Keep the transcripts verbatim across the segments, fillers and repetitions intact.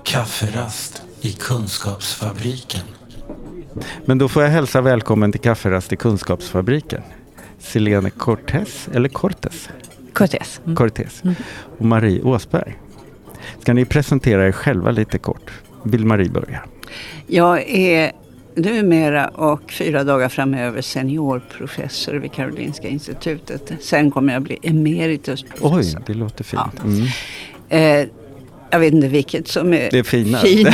Kafferast i Kunskapsfabriken. Men då får jag hälsa välkommen till Kafferast i Kunskapsfabriken. Selene Cortés, eller Cortés? Cortés. Mm. Cortés. Mm. Och Marie Åsberg. Ska ni presentera er själva lite kort? Vill Marie börja? Jag är numera och fyra dagar framöver seniorprofessor vid Karolinska institutet. Sen kommer jag bli emeritusprofessor. Oj, det låter fint. Ja. Mm. Eh, jag vet inte vilket som är det är fina. fint.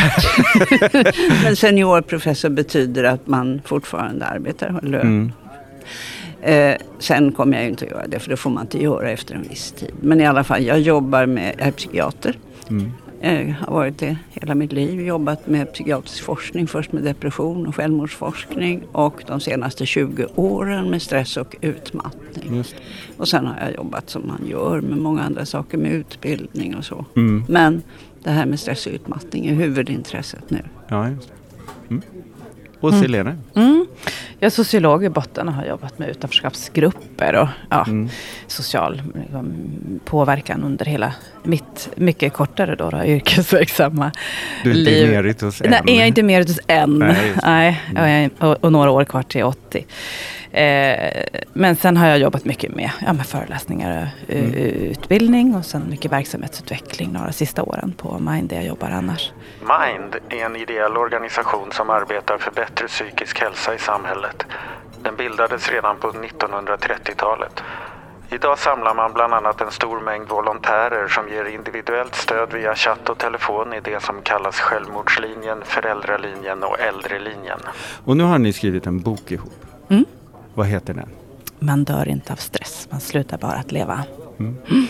Men seniorprofessor betyder att man fortfarande arbetar och har lön. Mm. Eh, sen kommer jag ju inte att göra det, för det får man inte göra efter en viss tid. Men i alla fall, jag jobbar med, jag är psykiater. Mm. Jag har varit det hela mitt liv, jobbat med psykiatrisk forskning, först med depression och självmordsforskning och de senaste tjugo åren med stress och utmattning. Just. Och sen har jag jobbat som man gör med många andra saker, med utbildning och så. Mm. Men det här med stress och utmattning är huvudintresset nu. Ja, just det. Mm. Och Selene? Mm. Mm. Jag är sociolog i botten och har jobbat med utanförskapsgrupper och ja, mm. social liksom, påverkan under hela mitt mycket kortare då, då yrkesverksamma du är liv. Inte emeritus än? Nej, jag är inte emeritus än. Nej, Nej mm. och, och några år kvar till åttio. Eh, men sen har jag jobbat mycket med, ja, med föreläsningar och mm. utbildning och sen mycket verksamhetsutveckling några sista åren på Mind där jag jobbar annars. Mind är en ideell organisation som arbetar för bättre psykisk hälsa i samhället. Den bildades redan på nittonhundratrettiotalet. Idag samlar man bland annat en stor mängd volontärer som ger individuellt stöd via chatt och telefon i det som kallas självmordslinjen, föräldralinjen och äldrelinjen. Och nu har ni skrivit en bok ihop. Mm. Vad heter den? Man dör inte av stress, man slutar bara att leva. Mm. Mm.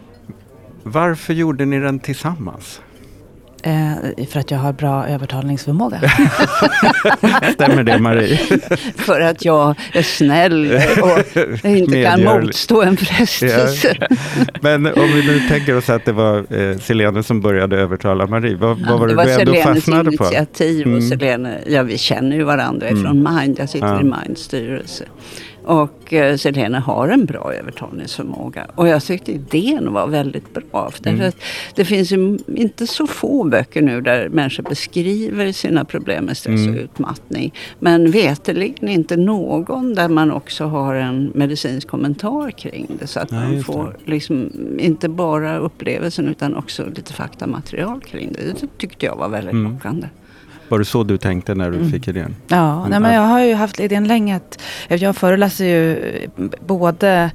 Varför gjorde ni den tillsammans? Eh, för att jag har bra övertalningsförmåga. Stämmer det, Marie? För att jag är snäll och inte kan motstå en frestelse. Ja. Men om vi nu tänker oss att det var eh, Selene som började övertala Marie. Vad, ja, vad var det, det var du ändå Selenes fastnade på? Initiativ och mm. Selene, ja, vi känner ju varandra mm. från Mind. Jag sitter ja. i Minds styrelse. Och eh, Selene har en bra övertalningsförmåga. Och jag tyckte idén var väldigt bra. För mm. det finns ju inte så få böcker nu där människor beskriver sina problem med stress mm. och utmattning. Men veterligen inte någon där man också har en medicinsk kommentar kring det. Så att Nej, man får liksom inte bara upplevelsen utan också lite faktamaterial kring det. Det tyckte jag var väldigt mm. lockande. Var det så du tänkte när du mm. fick idén? Ja, nej, men jag har ju haft idén länge. Att jag föreläser ju både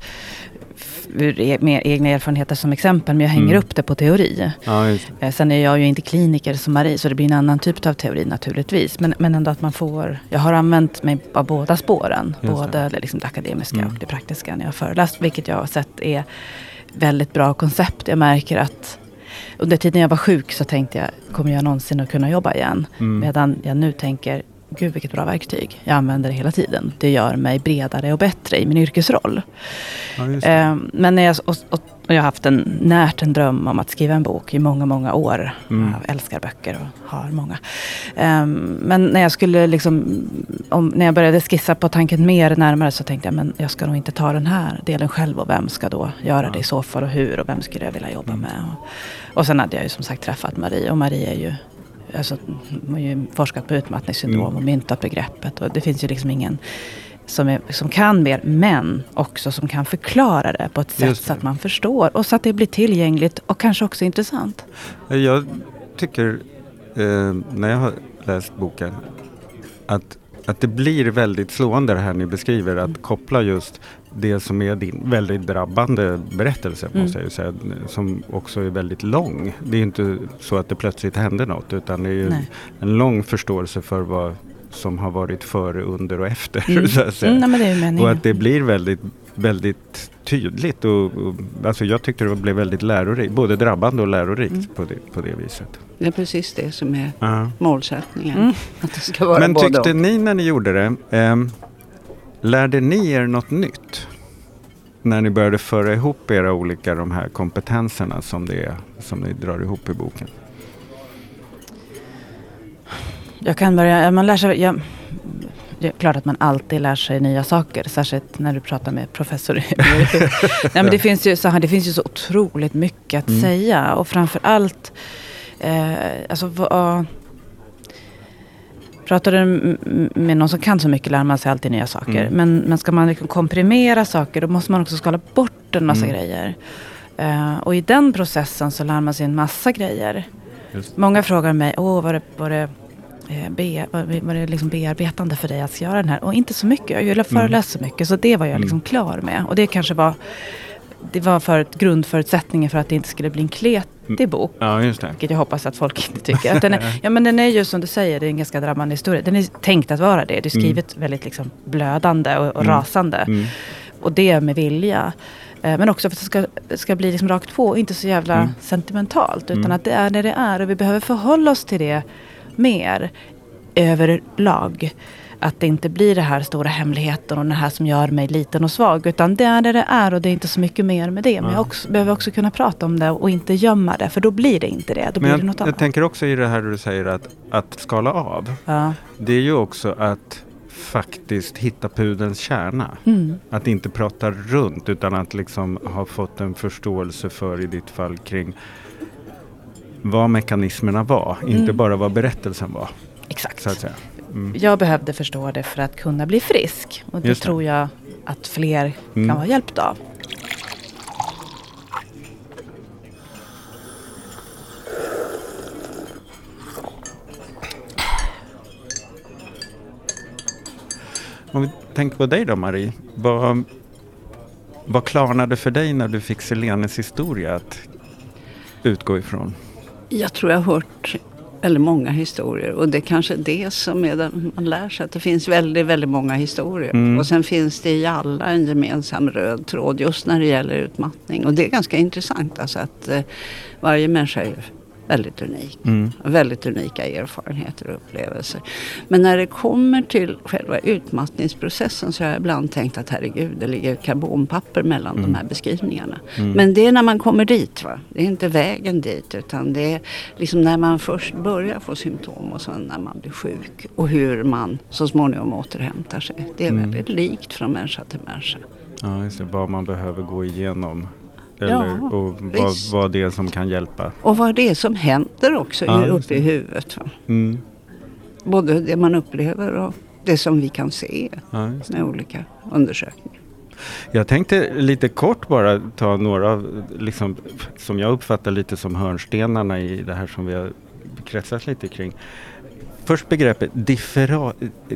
med egna erfarenheter som exempel, men jag hänger mm. upp det på teori. Ja, just det. Sen är jag ju inte kliniker som Marie, så det blir en annan typ av teori naturligtvis. Men, men ändå att man får... Jag har använt mig av båda spåren. Just både det. Liksom det akademiska mm. och det praktiska när jag har föreläst. Vilket jag har sett är väldigt bra koncept. Jag märker att under tiden jag var sjuk så tänkte jag, kommer jag någonsin att kunna jobba igen? Mm. Medan jag nu tänker, gud vilket bra verktyg. Jag använder det hela tiden. Det gör mig bredare och bättre i min yrkesroll. Ja, just det. Eh, men när jag, och, och, och jag har haft en närt en dröm om att skriva en bok i många, många år. Mm. Jag älskar böcker och har många. Eh, men när jag skulle liksom, om, när jag började skissa på tanken mer närmare så tänkte jag, men jag ska nog inte ta den här delen själv, och vem ska då göra ja. det i så fall och hur, och vem skulle jag vilja jobba mm. med? Och, och sen hade jag ju som sagt träffat Marie, och Marie är ju Alltså, man har ju forskat på utmattningssyndrom mm. och myntat begreppet. Och det finns ju liksom ingen som, är, som kan mer, men också som kan förklara det på ett sätt så att man förstår. Och så att det blir tillgängligt och kanske också intressant. Jag tycker, eh, när jag har läst boken, att, att det blir väldigt slående det här ni beskriver. Att mm. koppla just det som är din väldigt drabbande berättelse, mm. måste jag ju säga, som också är väldigt lång. Det är inte så att det plötsligt händer något, utan det är ju en lång förståelse för vad som har varit före, under och efter. Mm. Så att säga. Mm, men det är ju meningen. Och att det blir väldigt, väldigt tydligt. Och, och, alltså jag tyckte det blev väldigt lärorikt, både drabbande och lärorikt mm. på, det, på det viset. Det är precis det som är uh. målsättningen. Mm. Att det ska vara men tyckte både ni när ni gjorde det, eh, lärde ni er något nytt? När ni började föra ihop era olika de här kompetenserna som, det är, som ni drar ihop i boken? Jag kan börja, man lär sig, jag, det är klart att man alltid lär sig nya saker, särskilt när du pratar med professor. Nej, men det finns ju så här, det finns ju så otroligt mycket att mm. säga, och framför allt eh, alltså vad... Pratar du med någon som kan så mycket lär man sig alltid nya saker. Mm. Men, men ska man liksom komprimera saker då måste man också skala bort en massa mm. grejer. Uh, och i den processen så lär man sig en massa grejer. Just. Många frågar mig, åh var det, var det, eh, be, var, var det liksom bearbetande för dig att göra den här? Och inte så mycket, jag gillar föreläsa så mycket. Så det var jag liksom mm. klar med. Och det kanske var, det var för ett grundförutsättningen för att det inte skulle bli en kletig bok. Ja, just det. Vilket jag hoppas att folk inte tycker. Att den är, ja, men den är ju som du säger, det är en ganska drabbande historia. Den är tänkt att vara det. Det är skrivet mm. väldigt liksom blödande och, och mm. rasande. Mm. Och det med vilja. Men också för att det ska, ska bli liksom rakt på och inte så jävla mm. sentimentalt. Utan mm. att det är det det är. Och vi behöver förhålla oss till det mer överlag. Att det inte blir det här stora hemligheten och det här som gör mig liten och svag. Utan det är det det är och det är inte så mycket mer med det. Men ja. jag också, behöver också kunna prata om det och inte gömma det. För då blir det inte det. Då blir Men jag, det något jag annat. tänker också i det här du säger att, att skala av. Ja. Det är ju också att faktiskt hitta pudelns kärna. Mm. Att inte prata runt utan att liksom ha fått en förståelse för i ditt fall kring vad mekanismerna var. Mm. Inte bara vad berättelsen var. Exakt. Så att säga. Mm. Jag behövde förstå det för att kunna bli frisk. Och det, det. tror jag att fler mm. kan vara hjälpt av. Om vi tänker på dig då, Marie. Vad, vad klarnade för dig när du fick Selenes historia att utgå ifrån? Jag tror jag har hört väldigt många historier. Och det är kanske det som är det man lär sig. Att det finns väldigt, väldigt många historier. Mm. Och sen finns det i alla en gemensam röd tråd just när det gäller utmattning. Och det är ganska intressant. Alltså att eh, varje människa är väldigt unik. Mm. Väldigt unika erfarenheter och upplevelser. Men när det kommer till själva utmattningsprocessen så har jag ibland tänkt att herregud, det ligger karbonpapper mellan mm. de här beskrivningarna. Mm. Men det är när man kommer dit, va? Det är inte vägen dit utan det är liksom när man först börjar få symptom och sen när man blir sjuk och hur man så småningom återhämtar sig. Det är mm. väldigt likt från människa till människa. Ja, just det. Vad man behöver gå igenom. Eller, ja, och vad, vad det är som kan hjälpa. Och vad det är som händer också ja, uppe i huvudet. Va? Mm. Både det man upplever och det som vi kan se ja, med olika undersökningar. Jag tänkte lite kort bara ta några liksom, som jag uppfattar lite som hörnstenarna i det här som vi har kretsat lite kring. Först begreppet differa,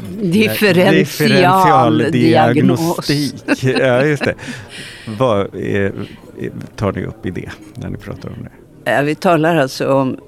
differentialdiagnostik. Ja, just det. Vad är, tar ni upp i det när ni pratar om det? Ja, vi talar alltså om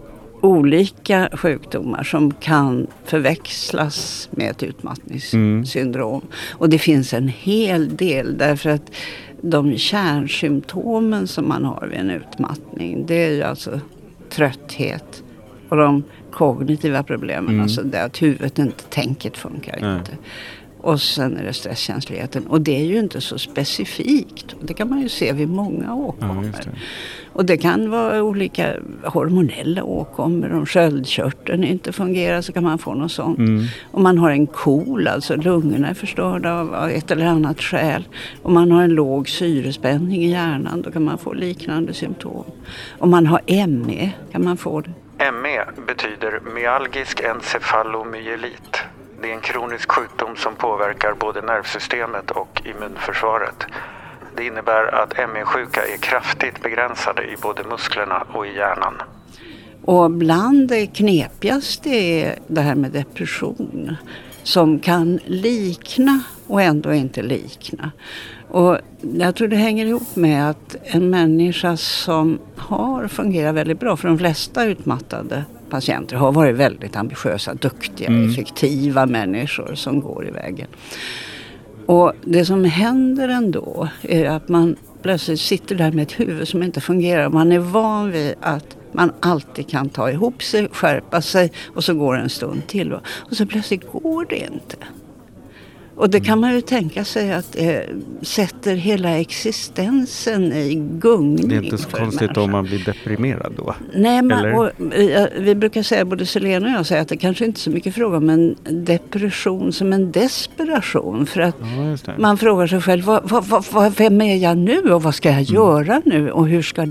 olika sjukdomar som kan förväxlas med ett utmattningssyndrom. Mm. Och det finns en hel del därför att de kärnsymptomen som man har vid en utmattning, det är ju alltså trötthet och de kognitiva problemen, mm. alltså det att huvudet inte, tänket funkar mm. inte. Och sen är det stresskänsligheten. Och det är ju inte så specifikt. Det kan man ju se vid många åkommor. Ja, det. Och det kan vara olika hormonella åkommor. Om sköldkörteln inte fungerar så kan man få något sånt. Mm. Om man har en KOL, alltså lungorna är förstörda av ett eller annat skäl. Om man har en låg syrespänning i hjärnan, då kan man få liknande symptom. Om man har M E kan man få det. M E betyder myalgisk encefalomyelit. Det är en kronisk sjukdom som påverkar både nervsystemet och immunförsvaret. Det innebär att M E-sjuka är kraftigt begränsade i både musklerna och i hjärnan. Och bland det knepigaste är det här med depression som kan likna och ändå inte likna. Och jag tror det hänger ihop med att en människa som har fungerat väldigt bra, för de flesta utmattade patienter har varit väldigt ambitiösa, duktiga, mm. effektiva människor som går i vägen. Och det som händer ändå är att man plötsligt sitter där med ett huvud som inte fungerar. Man är van vid att man alltid kan ta ihop sig, skärpa sig och så går det en stund till. Och så plötsligt går det inte. Och det kan man ju tänka sig att det sätter hela existensen i gungning. Det är inte så konstigt människan. Om man blir deprimerad då. Nej, men, och, vi brukar säga, både Selena och jag säger att det kanske inte är så mycket fråga om en depression som en desperation. För att ja, man frågar sig själv, vad, vad, vad, vem är jag nu och vad ska jag mm. göra nu och hur ska det bli?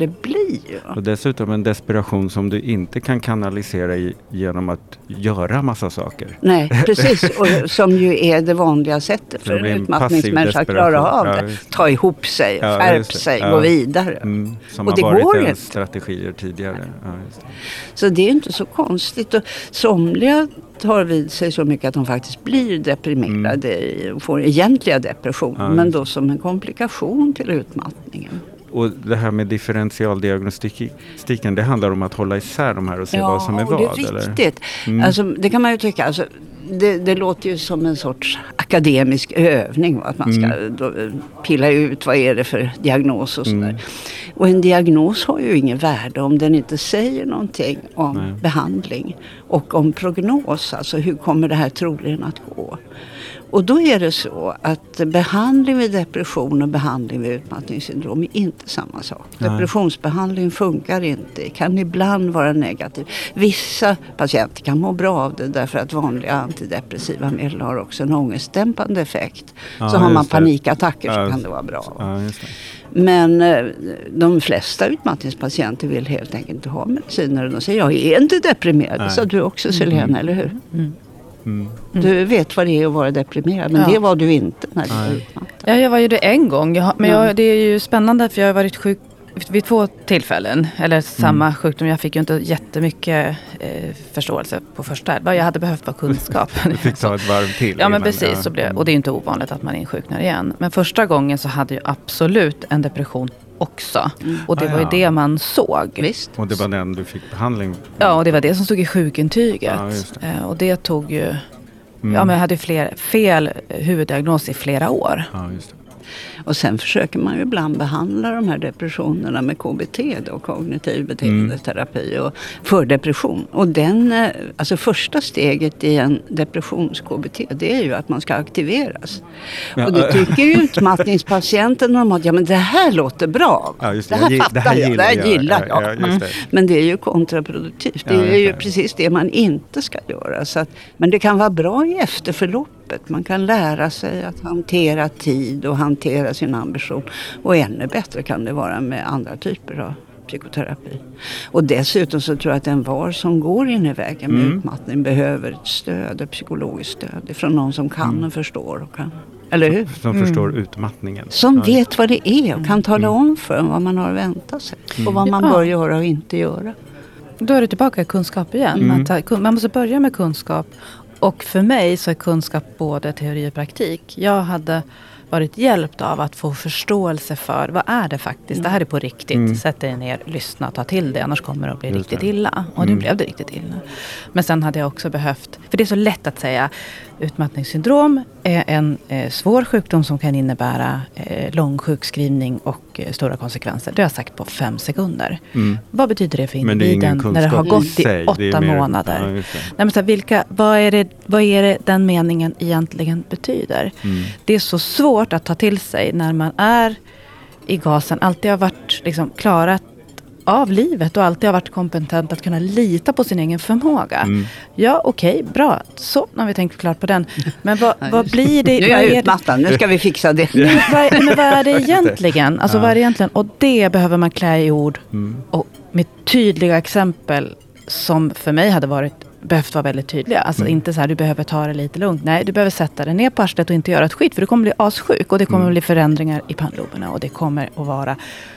bli. Ja. Och dessutom en desperation som du inte kan kanalisera i, genom att göra massa saker. Nej, precis. Och som ju är det vanliga sättet för en utmattningsmänniska att klara av det. Ja, ta ihop sig, ja, skärp sig, ja. Gå vidare. Mm, som och har det varit går ens inte. strategier tidigare. Ja, just det. Så det är inte så konstigt. Och somliga tar vid sig så mycket att de faktiskt blir deprimerade mm. och får egentliga depressioner. Ja, men då som en komplikation till utmattningen. Och det här med differentialdiagnostiken, det handlar om att hålla isär de här och se ja, vad som är vad? Ja, det är riktigt. Mm. Alltså, det kan man ju tycka. Alltså, det, det låter ju som en sorts akademisk övning. Att man ska mm. då, pilla ut vad är det för diagnos och sådär. Mm. Och en diagnos har ju ingen värde om den inte säger någonting om Nej. behandling. Och om prognos, alltså hur kommer det här troligen att gå. Och då är det så att behandling vid depression och behandling vid utmattningssyndrom är inte samma sak. Nej. Depressionsbehandling funkar inte, kan ibland vara negativ. Vissa patienter kan må bra av det därför att vanliga antidepressiva medel har också en ångestdämpande effekt. Ja, så har man panikattacker ja, så kan det vara bra. Ja, just det. Men de flesta utmattningspatienter vill helt enkelt inte ha mediciner. De säger, jag är inte deprimerad. Nej. Så du också, Selena, mm. eller hur? Mm. Mm. Du vet vad det är att vara deprimerad, men ja. det var du inte när du var utmattad. Ja, jag var ju det en gång. Jag, men jag, det är ju spännande för jag har varit sjuk vid två tillfällen. Eller samma mm. sjukdom. Jag fick ju inte jättemycket eh, förståelse på första. Vad jag hade behövt var kunskap. Du fick ta ett varv till. Ja, men precis. Ja. Så blev, och det är ju inte ovanligt att man insjuknar igen. Men första gången så hade jag absolut en depression också. Mm. Och det ah, var ju ja. det man såg. Visst. Och det var den du fick behandling? Ja, och det var det som stod i sjukintyget. Ja, det. Eh, och det tog ju... Mm. Ja, men jag hade fler, fel huvuddiagnos i flera år. Ja, just det. Och sen försöker man ju ibland behandla de här depressionerna med K B T då, kognitiv beteendeterapi och för depression. Och den, alltså första steget i en depressions-K B T, det är ju att man ska aktiveras. Ja. Och det tycker ju utmattningspatienten normalt, ja men det här låter bra. Ja, just det. Det här jag, fattar det här jag, det här gillar jag. Ja, ja, mm. Men det är ju kontraproduktivt. Det ja, är ju det. precis det man inte ska göra. Så att, men det kan vara bra i efterförloppet. Man kan lära sig att hantera tid och hantera sin ambition. Och ännu bättre kan det vara med andra typer av psykoterapi. Och dessutom så tror jag att en var som går in i vägen med mm. utmattning behöver ett stöd, ett psykologiskt stöd från någon som kan mm. och förstår. Och kan, eller hur? Som, som mm. förstår utmattningen. Som ja. vet vad det är och kan tala om för en vad man har att vänta sig. Mm. Och vad man ja. bör göra och inte göra. Då är du tillbaka i kunskap igen. Mm. Att, man måste börja med kunskap. Och för mig så är kunskap både teori och praktik. Jag hade varit hjälpt av att få förståelse för vad är det faktiskt. Mm. Det här är på riktigt. Mm. Sätt dig ner, lyssna, ta till det. Annars kommer det att bli Just riktigt det. illa. Och mm. nu blev det riktigt illa. Men sen hade jag också behövt, för det är så lätt att säga, utmattningssyndrom är en eh, svår sjukdom som kan innebära eh, lång sjukskrivning och eh, stora konsekvenser. Det har jag sagt på fem sekunder. Mm. Vad betyder det för individen det när det har gått i sig. åtta mer, månader? Ja, Nej, men så här, vilka, vad, är det, vad är det den meningen egentligen betyder? Mm. Det är så svårt att ta till sig när man är i gasen. Alltid har varit liksom, klarat av livet och alltid har varit kompetent att kunna lita på sin egen förmåga. Mm. Ja, okej, okay, bra. Så, nu har vi tänkt klart på den. Men vad, vad blir det? Nu är jag utmattad, nu ska vi fixa det. Nu, vad, men vad är det egentligen? Alltså, ja. vad är det egentligen? Och det behöver man klä i ord. Mm. Och med tydliga exempel som för mig hade varit behövt vara väldigt tydliga. Alltså mm. inte så här, du behöver ta det lite lugnt. Nej, du behöver sätta dig ner på arslet och inte göra ett skit. För du kommer bli assjuk och det kommer mm. bli förändringar i pannloberna. Och det kommer att vara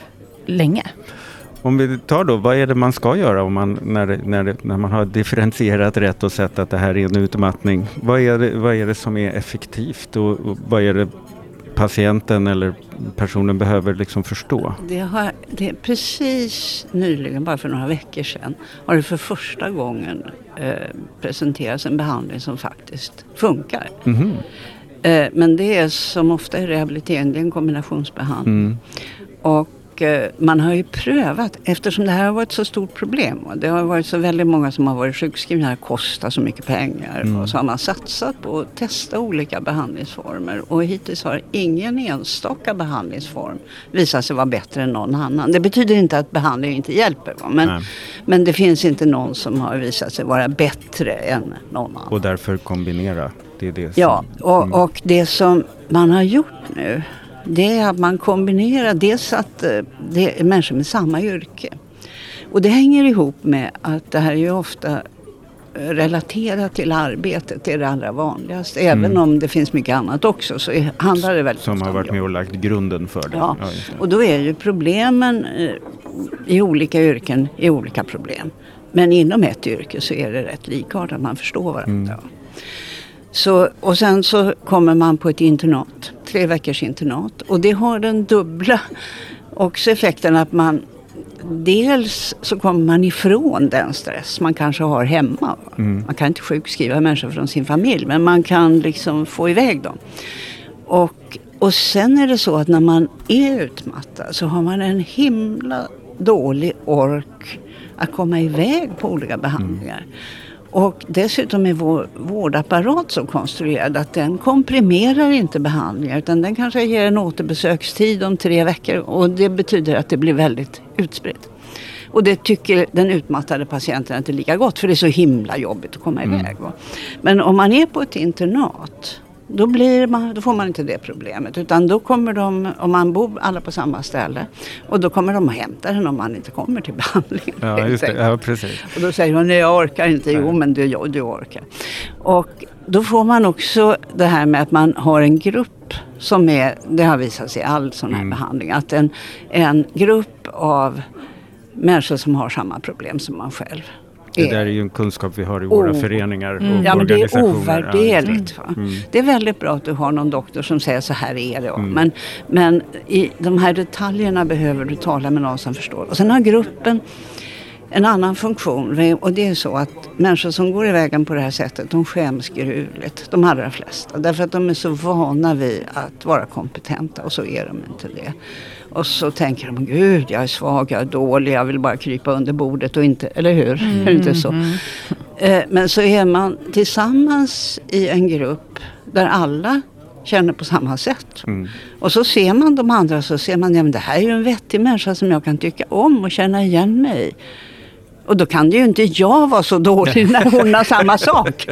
länge. Om vi tar då, vad är det man ska göra om man, när, när, när man har differentierat rätt och sett att det här är en utmattning? Vad är det, vad är det som är effektivt och, och vad är det patienten eller personen behöver liksom förstå? Det har det är precis nyligen, bara för några veckor sedan, har det för första gången eh, presenterats en behandling som faktiskt funkar. Mm-hmm. Eh, men det är som ofta i rehabilitering, det är en kombinationsbehandling. Mm. Och man har ju prövat, eftersom det här har varit så stort problem och det har varit så väldigt många som har varit sjukskrivna, det kostar så mycket pengar mm. och så har man satsat på att testa olika behandlingsformer och hittills har ingen enstaka behandlingsform visat sig vara bättre än någon annan. Det betyder inte att behandling inte hjälper, men, men det finns inte någon som har visat sig vara bättre än någon annan. Och därför kombinera, det är det som... Ja, och, och det som man har gjort nu, det är att man kombinerar dels att det är människor med samma yrke. Och det hänger ihop med att det här är ju ofta relaterat till arbetet, det är det allra vanligaste. Även mm. om det finns mycket annat också så är, handlar det väldigt som har varit med och lagt grunden för det. Ja. Ja, och då är ju problemen i olika yrken i olika problem. Men inom ett yrke så är det rätt likartat, man förstår varandra. Mm. Så, och sen så kommer man på ett internat, tre veckors internat. Och det har den dubbla också effekten att man dels så kommer man ifrån den stress man kanske har hemma. Mm. Man kan inte sjukskriva människor från sin familj, men man kan liksom få iväg dem. Och, och sen är det så att när man är utmattad så har man en himla dålig ork att komma iväg på olika behandlingar. Mm. Och dessutom är vår vårdapparat så konstruerad att den komprimerar inte behandlingar utan den kanske ger en återbesökstid om tre veckor och det betyder att det blir väldigt utspritt. Och det tycker den utmattade patienten att det är lika gott för det är så himla jobbigt att komma mm. iväg. Men om man är på ett internat då, blir man, då får man inte det problemet utan då kommer de, om man bor alla på samma ställe och då kommer de att hämta den om man inte kommer till behandlingen. Ja, just det. Ja, precis. Och då säger hon, nej jag orkar inte, jo men du, du orkar. Och då får man också det här med att man har en grupp som är, det har visat sig i all sån här mm. behandling, att en, en grupp av människor som har samma problem som man själv. Det där är ju en kunskap vi har i våra oh. föreningar och mm. ja, men det organisationer. är ovärderligt. Va? Mm. Det är väldigt bra att du har någon doktor som säger så här är det. Mm. Men, men i de här detaljerna behöver du tala med någon som förstår. Och sen har gruppen en annan funktion. Och det är så att människor som går i vägen på det här sättet, de skäms gruvligt. De allra flesta. Därför att de är så vana vid att vara kompetenta och så är de inte det. Och så tänker de, gud jag är svag, jag är dålig, jag vill bara krypa under bordet och inte, eller hur? Mm, är det inte så? Mm. Eh, men så är man tillsammans i en grupp där alla känner på samma sätt. Mm. Och så ser man de andra så ser man, ja men det här är ju en vettig människa som jag kan tycka om och känna igen mig i. Och då kan det ju inte jag vara så dålig när hon har samma sak.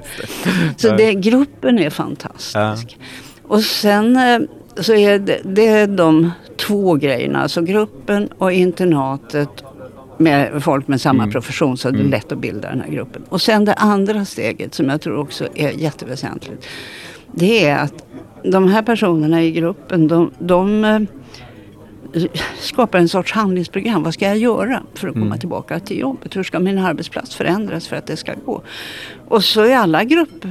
Så det, gruppen är fantastisk. Ja. Och sen så är det, det är de två grejerna. Alltså gruppen och internatet med folk med samma mm. profession så det är lätt att bilda den här gruppen. Och sen det andra steget som jag tror också är jätteväsentligt. Det är att de här personerna i gruppen de... de skapar en sorts handlingsprogram. Vad ska jag göra för att komma mm. tillbaka till jobbet? Hur ska min arbetsplats förändras för att det ska gå? Och så är alla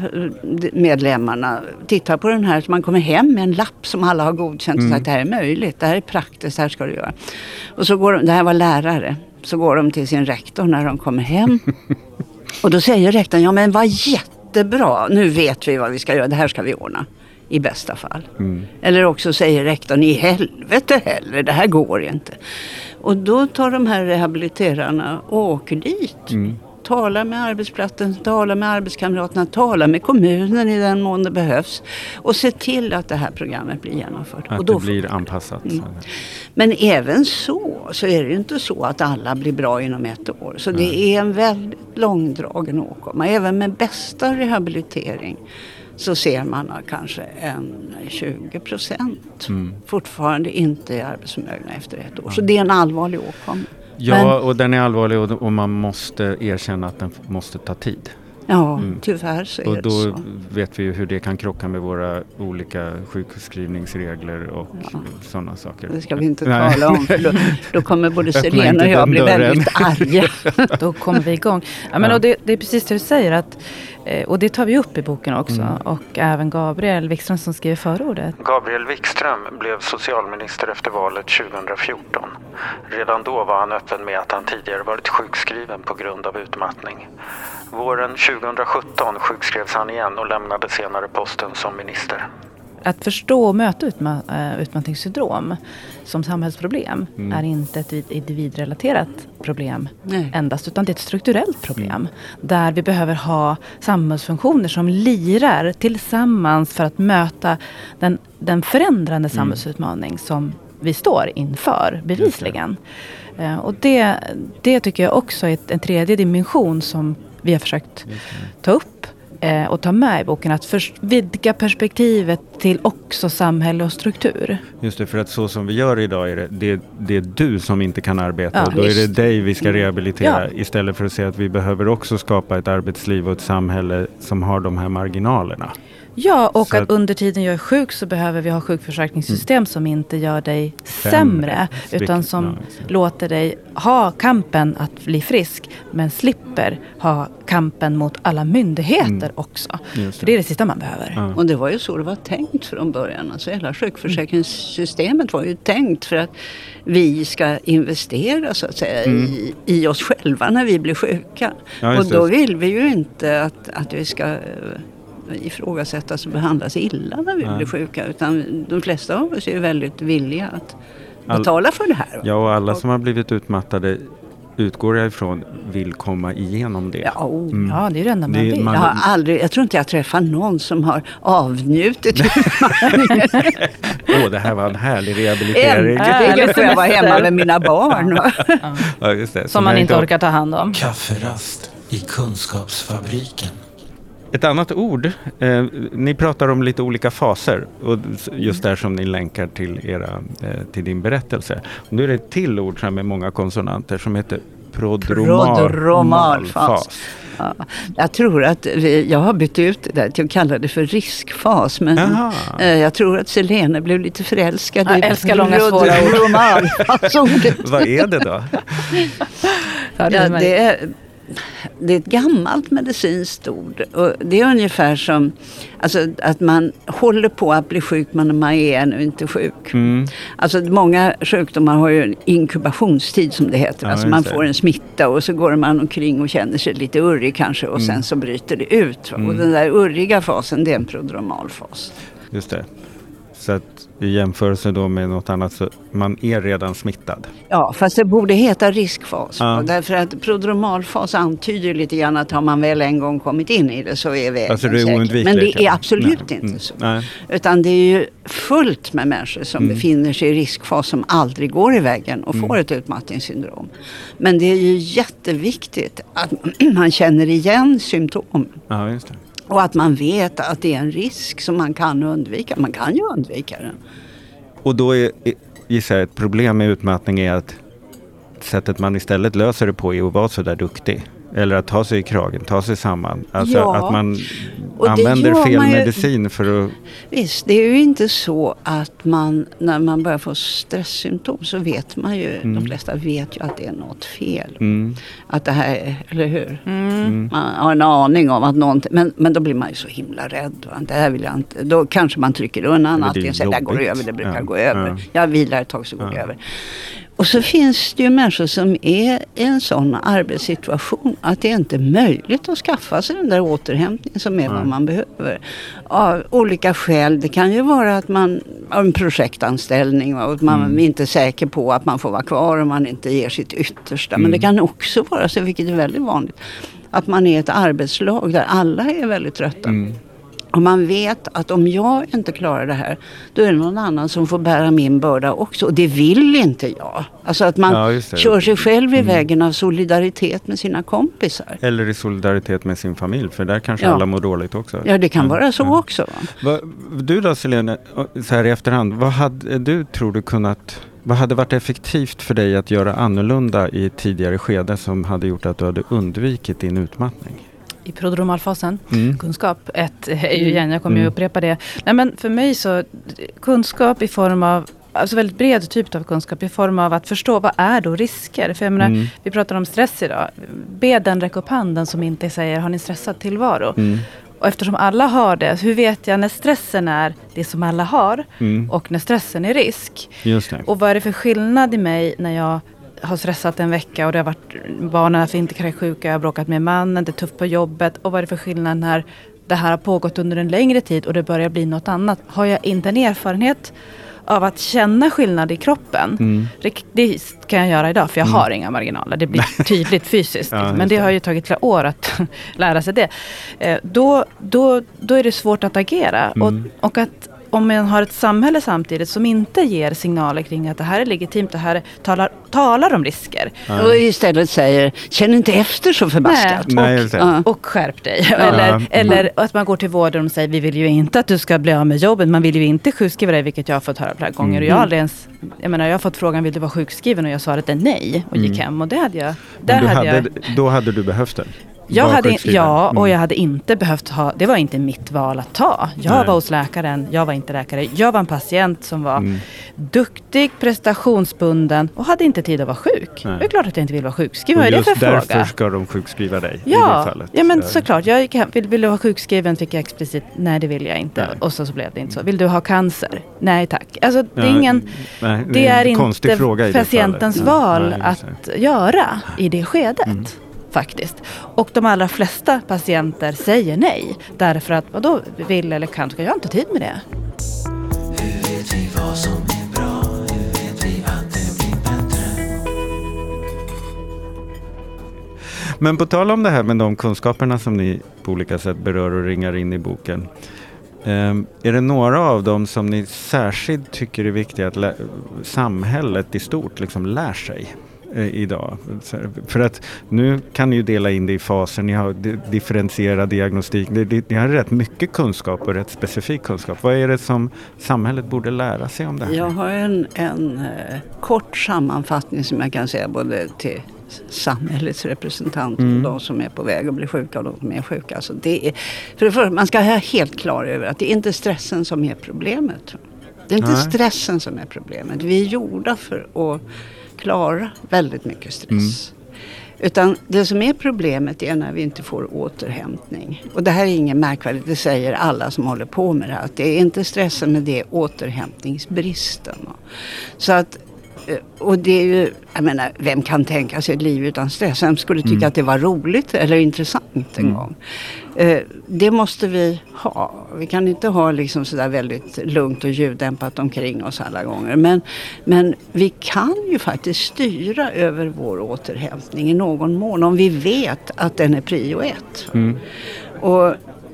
gruppmedlemmarna tittar på den här så man kommer hem med en lapp som alla har godkänt och mm. sagt att det här är möjligt, det här är praktiskt, det här ska du göra. Och så går de, det här var lärare, så går de till sin rektor när de kommer hem och då säger rektorn, ja men vad jättebra, nu vet vi vad vi ska göra, det här ska vi ordna. I bästa fall. Mm. Eller också säger rektorn i helvete heller, det här går inte. Och då tar de här rehabiliterarna och åker dit. Mm. Talar med arbetsplatsen, talar med arbetskamraterna, talar med kommunen i den mån det behövs. Och se till att det här programmet blir genomfört. Att och då det blir anpassat. Mm. Men även så, så är det ju inte så att alla blir bra inom ett år. Så mm. det är en väldigt långdragen åkomma. Även med bästa rehabilitering så ser man kanske en tjugo procent mm. fortfarande inte är arbetsförmögna efter ett år. Mm. Så det är en allvarlig åkomma. Ja, Men, och den är allvarlig och, och man måste erkänna att den måste ta tid. Ja, mm. tyvärr så är och det då så. vet vi ju hur det kan krocka med våra olika sjukskrivningsregler och ja. sådana saker. Det ska vi inte tala om, för då, då kommer både Selena och jag bli väldigt arga. Då kommer vi igång. Ja, men, och det, det är precis det du säger, att, och det tar vi upp i boken också. Mm. Och även Gabriel Wikström som skriver förordet. Gabriel Wikström blev socialminister efter valet tjugohundrafjorton. Redan då var han öppen med att han tidigare varit sjukskriven på grund av utmattning. Våren tjugohundrasjutton sjukskrevs han igen och lämnade senare posten som minister. Att förstå och möta utma- äh, utmattningssyndrom som samhällsproblem mm. är inte ett individrelaterat problem Nej. endast, utan det är ett strukturellt problem. Mm. Där vi behöver ha samhällsfunktioner som lirar tillsammans för att möta den, den förändrande samhällsutmaning mm. som vi står inför, bevisligen. Uh, och det, det tycker jag också är ett, en tredje dimension som vi har försökt ta upp eh, och ta med i boken. Att först vidga perspektivet till också samhälle och struktur. Just det, för att så som vi gör idag är det, det, det är du som inte kan arbeta. Ja, och då just. är det dig vi ska rehabilitera. Ja. Istället för att säga att vi behöver också skapa ett arbetsliv och ett samhälle som har de här marginalerna. Ja, och Så att att- under tiden jag är sjuk så behöver vi ha sjukförsäkringssystem mm. som inte gör dig sämre. Sämre. Utan som ja, låter dig ha kampen att bli frisk. Men slipper ha kampen mot alla myndigheter mm. också. Det. För det är det sista man behöver. Ja. Och det var ju så det var tänkt från början. Alltså hela sjukförsäkringssystemet var ju tänkt för att vi ska investera så att säga mm. i, i oss själva när vi blir sjuka. Ja, och då vill vi ju inte att, att vi ska ifrågasättas och behandlas illa när vi Nej. blir sjuka. Utan de flesta av oss är ju väldigt villiga att betala för det här. Ja, och alla som har blivit utmattade utgår jag ifrån vill komma igenom det. Ja, oh, mm. ja det är det enda man det, vill. Man, jag, har aldrig, jag tror inte jag träffar någon som har avnjutit utmattningen. Åh, oh, det här var en härlig rehabilitering. Äntligen får jag vara hemma med mina barn. ja. Ja, just det. Som, som man inte orkar ta hand om. Kafferast i Kunskapsfabriken. Ett annat ord, eh, ni pratar om lite olika faser och just där som ni länkar till, era, eh, till din berättelse. Och nu är det ett till ord som är många konsonanter som heter prodromalfas. Ja, jag tror att vi, jag har bytt ut det där till att kalla det för riskfas, men eh, jag tror att Selene blev lite förälskad jag i älskar långa svåra prodromalfas. Vad är det då? Ja, det är Det är ett gammalt medicinskt ord och det är ungefär som alltså, att man håller på att bli sjuk men man är ännu inte sjuk. Mm. Alltså många sjukdomar har ju en inkubationstid som det heter. Ja, alltså man får en smitta och så går man omkring och känner sig lite urrig kanske och mm. sen så bryter det ut. Mm. Och den där urriga fasen, det är en prodromalfas. Just det. Så att i jämförelse då med något annat så man är redan smittad. Ja, fast det borde heta riskfas. Ja. Därför att prodromalfas antyder lite grann att har man väl en gång kommit in i det så är vägen alltså det är oundvikligt. Men det är absolut Nej. inte Mm. så. Nej. Utan det är ju fullt med människor som mm. befinner sig i riskfas som aldrig går i vägen och mm. får ett utmattningssyndrom. Men det är ju jätteviktigt att man känner igen symptom. Ja, just det. Och att man vet att det är en risk som man kan undvika. Man kan ju undvika den. Och då är, gissar jag, ett problem med utmattning är att sättet man istället löser det på är att vara så där duktig. Eller att ta sig i kragen, ta sig samman. Alltså ja, att man använder fel ju, medicin för att... Visst, det är ju inte så att man, när man börjar få stresssymptom så vet man ju, mm. de flesta vet ju att det är något fel. Mm. Att det här är, eller hur? Mm. Man har en aning om att någonting, men, men då blir man ju så himla rädd. Va? Det här vill jag inte, då kanske man trycker undan antingen så det går över, det brukar ja. gå över. Ja. Jag vilar ett tag så går ja. det över. Och så finns det ju människor som är i en sån arbetssituation att det inte är möjligt att skaffa sig den där återhämtningen som är mm. vad man behöver. Av olika skäl. Det kan ju vara att man har en projektanställning och att man mm. inte är säker på att man får vara kvar om man inte ger sitt yttersta. Mm. Men det kan också vara så, vilket är väldigt vanligt, att man är ett arbetslag där alla är väldigt trötta. Mm. Och man vet att om jag inte klarar det här, då är det någon annan som får bära min börda också. Och det vill inte jag. Alltså att man ja, kör sig själv i mm. vägen av solidaritet med sina kompisar. Eller i solidaritet med sin familj, för där kanske ja. alla mår dåligt också. Ja, det kan ja. vara så ja. också. Va? Du då, Selene, så här i efterhand, vad hade du, tror du, kunnat... Vad hade varit effektivt för dig att göra annorlunda i ett tidigare skede som hade gjort att du hade undvikit din utmattning? I prodromalfasen, mm. kunskap, ett är ju igen, jag kommer mm. ju upprepa det. Nej, men för mig så, kunskap i form av, alltså väldigt bred typ av kunskap i form av att förstå vad är då risker. För jag menar, mm. vi pratar om stress idag. Be den räcka upp handen som inte säger, har ni stressad tillvaro? Mm. Och eftersom alla har det, hur vet jag när stressen är det som alla har mm. och när stressen är risk? Just det. Och vad är det för skillnad i mig när jag har stressat en vecka och det har varit barnen är inte kan sjuka, jag har bråkat med mannen, det är tufft på jobbet, och vad är det för skillnad när det här har pågått under en längre tid och det börjar bli något annat? Har jag inte en erfarenhet av att känna skillnad i kroppen? Mm. Det, det kan jag göra idag för jag mm. har inga marginaler, det blir tydligt fysiskt, ja, men det har ju tagit flera år att lära sig det. Eh, då, då, då är det svårt att agera mm. och, och att om man har ett samhälle samtidigt som inte ger signaler kring att det här är legitimt, det här är, talar, talar om risker. Ja. Och istället säger, känn inte efter så förbaskat. Nej, och, Nej, och skärp dig. Ja. Eller, mm. eller att man går till vården och säger, vi vill ju inte att du ska bli av med jobbet. Man vill ju inte sjukskriva dig, vilket jag har fått höra flera gånger. Mm. Och jag har aldrig ens, jag menar, jag har fått frågan, vill du vara sjukskriven? Och jag svarade nej och gick mm. hem. Och det hade jag. Där hade hade jag jag, då hade du behövt det? Jag hade, ja, och jag hade inte behövt ha, det var inte mitt val att ta. Jag Nej. var hos läkaren, jag var inte läkare. Jag var en patient som var mm. duktig, prestationsbunden och hade inte tid att vara sjuk. Nej. Det är klart att jag inte vill vara sjukskriven. Vad är det för fråga? Därför ska de sjukskriva dig ja, i det fallet. Ja, men såklart. Jag gick hem, vill, vill du ha sjukskriven, fick jag explicit, nej det vill jag inte. Nej. Och så, så blev det inte så. Vill du ha cancer? Nej tack. Alltså det är ja, ingen, nej, det, det är, är inte patientens val ja. att göra i det skedet. Mm. Faktiskt. Och de allra flesta patienter säger nej. Därför att vad då vill eller kan, ska jag inte tid med det. Hur vet vi vad som är bra? Hur vet vi att det blir bättre? Men på tal om det här med de kunskaperna som ni på olika sätt berör och ringar in i boken. Um, är det några av dem som ni särskilt tycker är viktiga att lä- samhället i stort liksom lär sig? Idag. För att nu kan ni ju dela in det i faser, ni har differentierad diagnostik, ni har rätt mycket kunskap och rätt specifik kunskap. Vad är det som samhället borde lära sig om det här? Jag har en, en eh, kort sammanfattning som jag kan säga både till samhällets representanter mm. och de som är på väg att bli sjuka och de som är sjuka. Alltså det är, för det första, man ska ha helt klar över att det är inte stressen som är problemet. Det är inte Nej. stressen som är problemet. Vi är gjorda för att klara väldigt mycket stress. Mm. Utan det som är problemet är när vi inte får återhämtning. Och det här är ingen märkvärdigt, det säger alla som håller på med det här. Att det är inte stressen, men det är återhämtningsbristen. Så att, och det är ju, jag menar, vem kan tänka sig ett liv utan stress? Vem skulle tycka mm. att det var roligt eller intressant en mm. gång? Eh, det måste vi ha. Vi kan inte ha liksom sådär väldigt lugnt och ljuddämpat omkring oss alla gånger. Men, men vi kan ju faktiskt styra över vår återhämtning i någon mån om vi vet att den är prio ett. Mm. Och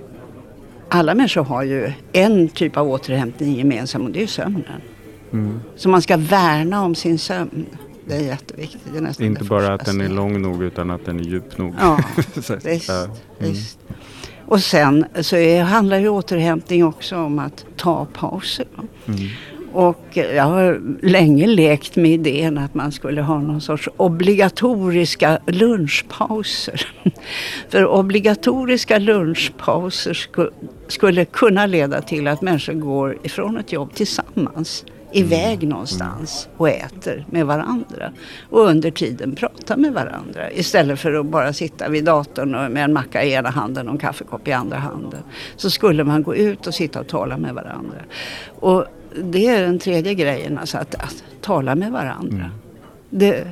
alla människor har ju en typ av återhämtning gemensam och det är sömnen. Mm. Så man ska värna om sin sömn. Det är jätteviktigt. Det är nästan inte bara att den är lång nog utan att den är djup nog. Ja, visst, mm. visst. Och sen så är, handlar ju återhämtning också om att ta pauser. Mm. Och jag har länge lekt med idén att man skulle ha någon sorts obligatoriska lunchpauser. För obligatoriska lunchpauser sku, skulle kunna leda till att människor går ifrån ett jobb tillsammans. Iväg mm. någonstans och äter med varandra. Och under tiden prata med varandra. Istället för att bara sitta vid datorn och med en macka i ena handen och en kaffekopp i andra handen. Så skulle man gå ut och sitta och tala med varandra. Och det är den tredje grejen. Alltså att, att tala med varandra. Mm. Det,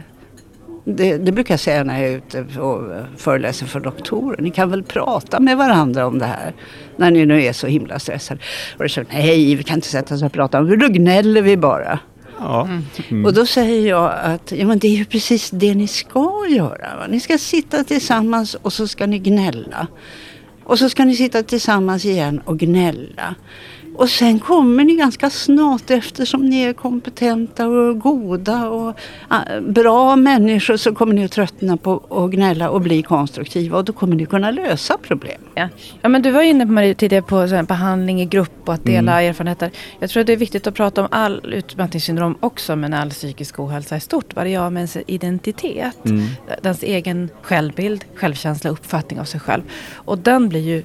det, det brukar jag säga när jag är ute och föreläser för doktorer. Ni kan väl prata med varandra om det här. När ni nu är så himla stressade. Och det så, nej, vi kan inte sätta oss och prata om. Då gnäller vi bara. Ja. Mm. Och då säger jag att ja, men det är ju precis det ni ska göra. Va? Ni ska sitta tillsammans och så ska ni gnälla. Och så ska ni sitta tillsammans igen och gnälla. Och sen kommer ni ganska snart, eftersom ni är kompetenta och goda och äh, bra människor, så kommer ni att tröttna på att gnälla och bli konstruktiva. Och då kommer ni kunna lösa problem. Ja, ja men du var inne på Marie tidigare på så här, behandling i grupp och att dela mm. erfarenheter. Jag tror att det är viktigt att prata om all utmattningssyndrom också, men all psykisk ohälsa i stort. Vad det gör med ens identitet. Mm. Dens egen självbild, självkänsla, uppfattning av sig själv. Och den blir ju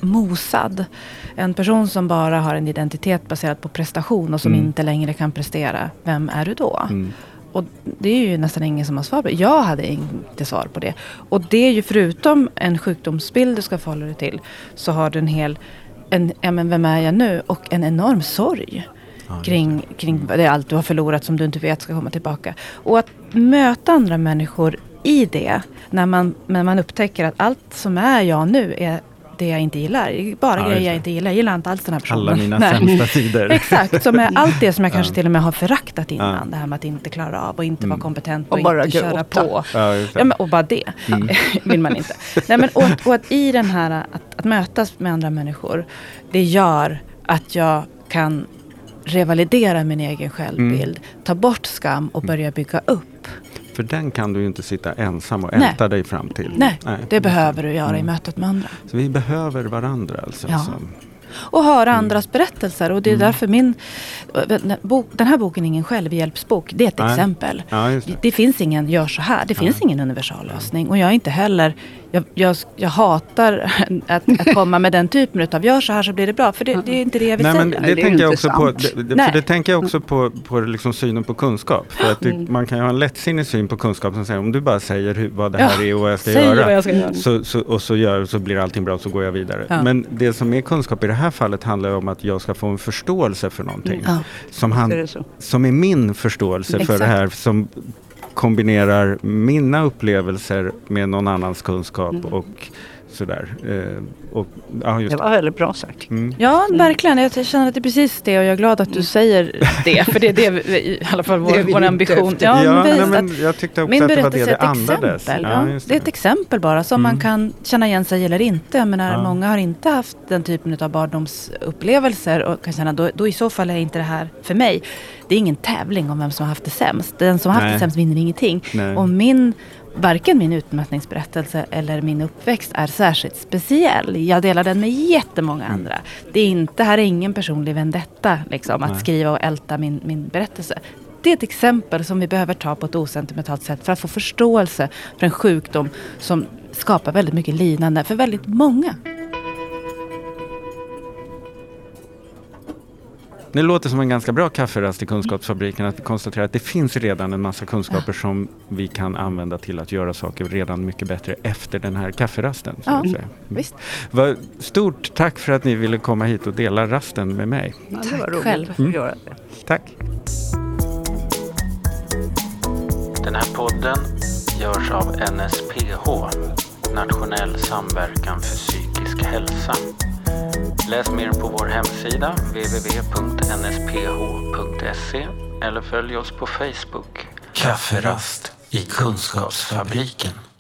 mosad. En person som bara har en identitet baserad på prestation och som mm. inte längre kan prestera, vem är du då? Mm. Och det är ju nästan ingen som har svar på det. Jag hade inte svar på det. Och det är ju förutom en sjukdomsbild du ska förhålla dig till, så har du en hel, en, ja men vem är jag nu? Och en enorm sorg ja, kring, kring det är allt du har förlorat som du inte vet ska komma tillbaka. Och att möta andra människor i det, när man, när man upptäcker att allt som är jag nu är det jag inte gillar. Bara ja, grejer jag inte gillar. Jag gillar inte alls den här personen. Alla mina sämsta sidor. Exakt, som är allt det som jag kanske ja. till och med har föraktat innan. Ja. Det här med att inte klara av och inte mm. vara kompetent och, och bara inte köra på. Ja, ja, men, och bara det mm. vill man inte. Nej, men, och, och att i den här, att, att mötas med andra människor, det gör att jag kan revalidera min egen självbild, mm. ta bort skam och börja bygga upp. För den kan du ju inte sitta ensam och älta Nej. dig fram till. Nej, Nej. det behöver du göra mm. i mötet med andra. Så vi behöver varandra alltså. Ja. Som... Och höra mm. andras berättelser. Och det är mm. därför min... Den här boken är ingen självhjälpsbok. Det är ett Nej. exempel. Ja, just det. det finns ingen gör så här. Det finns ja. ingen universallösning. Och jag är inte heller... Jag, jag, jag hatar att, att komma med den typen av gör så här så blir det bra. För det, det är inte det jag vill Nej, säga. Men det, det tänker jag också på, det, det, för det tänker jag också på, på liksom synen på kunskap. För att det, mm. man kan ju ha en lättsinnig syn på kunskap som säger om du bara säger hur, vad det här ja, är och vad jag ska göra. Vad jag ska göra. Så, så, och så, gör, så blir allting bra så går jag vidare. Ja. Men det som är kunskap i det här fallet handlar om att jag ska få en förståelse för någonting. Ja. Som, han, är som är min förståelse Exakt. för det här som kombinerar mina upplevelser med någon annans kunskap mm. och sådär. Eh, och, ja, just det var väldigt bra sagt. Mm. Ja, verkligen. Jag känner att det är precis det och jag är glad att du säger det. För det är det, i alla fall vår, vår ambition. Ja, ja nej, men jag tyckte också att det var det det andades. Ja, ja, det. det är ett exempel bara som mm. man kan känna igen sig eller inte. Jag menar, ja. många har inte haft den typen av barndomsupplevelser och kan känna då, då i så fall är inte det här för mig. Det är ingen tävling om vem som har haft det sämst. Den som har haft nej. det sämst vinner ingenting. Nej. Och min varken min utmattningsberättelse eller min uppväxt är särskilt speciell. Jag delar den med jättemånga mm. andra. Det är inte, här är ingen personlig vendetta liksom, att skriva och älta min, min berättelse. Det är ett exempel som vi behöver ta på ett osentimentalt sätt för att få förståelse för en sjukdom som skapar väldigt mycket lidande för väldigt många. Det låter som en ganska bra kafferast i Kunskapsfabriken att vi konstaterar att det finns redan en massa kunskaper ja. som vi kan använda till att göra saker redan mycket bättre efter den här kafferasten. Så ja, att säga. Visst. Va, stort tack för att ni ville komma hit och dela rasten med mig. Ja, det var roligt själv. att mm. göra det. Tack. Den här podden görs av N S P H, Nationell samverkan för psykisk hälsa. Läs mer på vår hemsida w w w punkt n s p h punkt s e eller följ oss på Facebook. Kafferast i Kunskapsfabriken.